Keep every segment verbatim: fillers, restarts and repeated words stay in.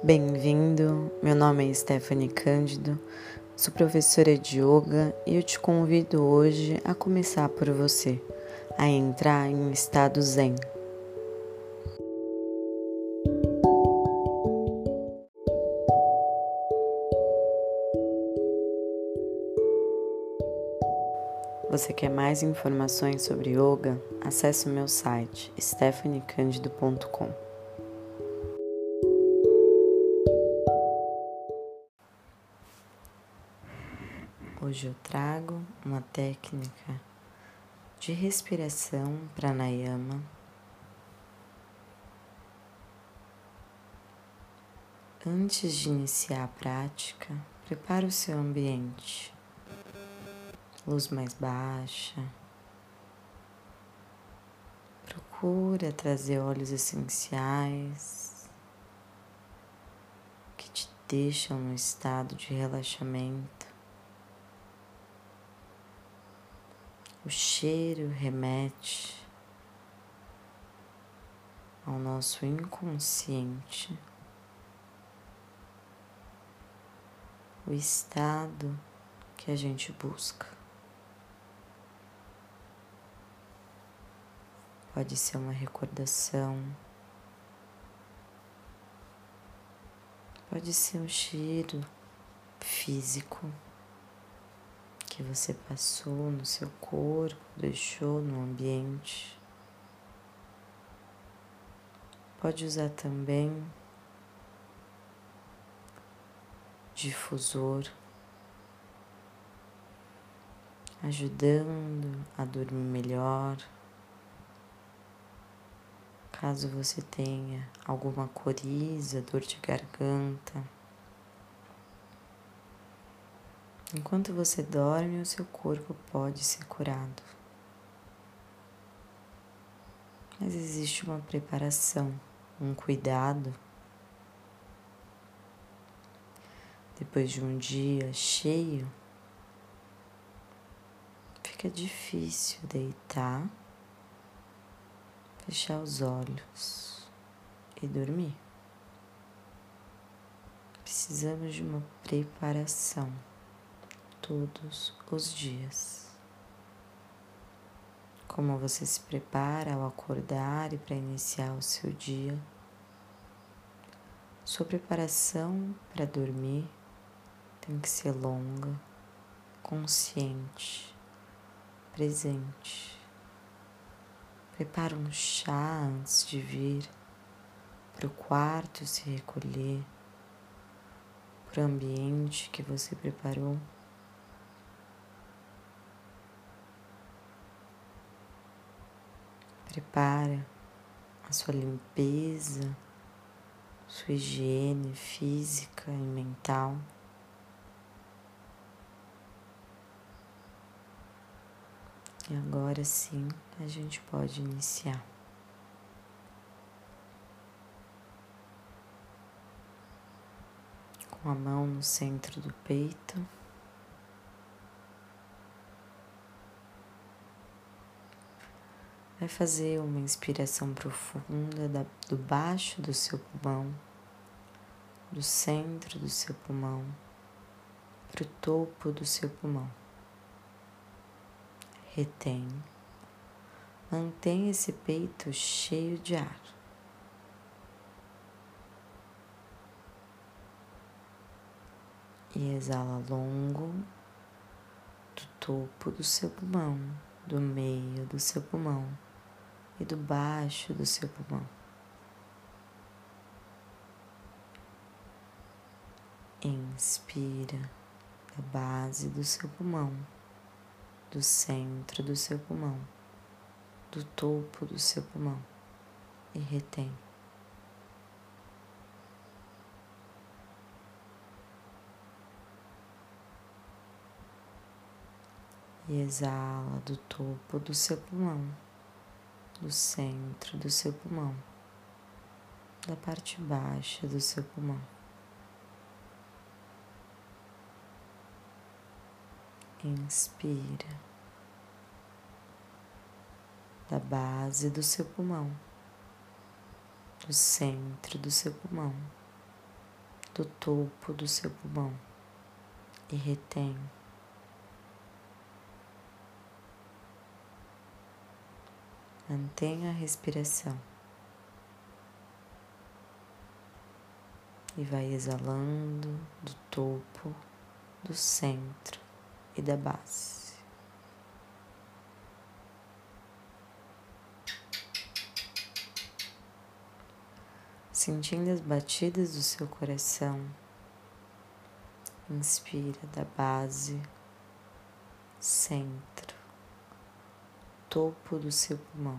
Bem-vindo, meu nome é Stephanie Cândido, sou professora de yoga e eu te convido hoje a começar por você, a entrar em um estado zen. Você quer mais informações sobre yoga? Acesse o meu site stephanie candido ponto com. Hoje eu trago uma técnica de respiração pranayama. Antes de iniciar a prática, prepare o seu ambiente. Luz mais baixa. Procura trazer óleos essenciais que te deixam no estado de relaxamento. O cheiro remete ao nosso inconsciente, o estado que a gente busca. Pode ser uma recordação, pode ser um cheiro físico que você passou no seu corpo, deixou no ambiente. Pode usar também difusor, ajudando a dormir melhor. Caso você tenha alguma coriza, dor de garganta. Enquanto você dorme, o seu corpo pode ser curado. Mas existe uma preparação, um cuidado. Depois de um dia cheio, fica difícil deitar, fechar os olhos e dormir. Precisamos de uma preparação todos os dias. Como você se prepara ao acordar e para iniciar o seu dia. Sua preparação para dormir tem que ser longa, consciente, presente. Prepara um chá antes de vir para o quarto se recolher, para o ambiente que você preparou. Prepara a sua limpeza, sua higiene física e mental. E agora sim a gente pode iniciar. Com a mão no centro do peito. Vai fazer uma inspiração profunda da, do baixo do seu pulmão, do centro do seu pulmão, para o topo do seu pulmão. Retém. Mantém esse peito cheio de ar. E exala longo do topo do seu pulmão, do meio do seu pulmão e do baixo do seu pulmão. Inspira da base do seu pulmão, do centro do seu pulmão, do topo do seu pulmão e retém. E exala do topo do seu pulmão, do centro do seu pulmão, da parte baixa do seu pulmão. Inspira da base do seu pulmão, do centro do seu pulmão, do topo do seu pulmão e retém. Mantenha a respiração e vai exalando do topo, do centro e da base. Sentindo as batidas do seu coração, inspira da base, centro, topo do seu pulmão.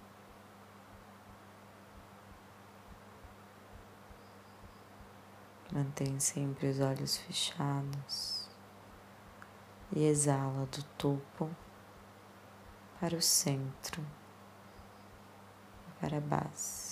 Mantém sempre os olhos fechados e exala do topo para o centro e para a base.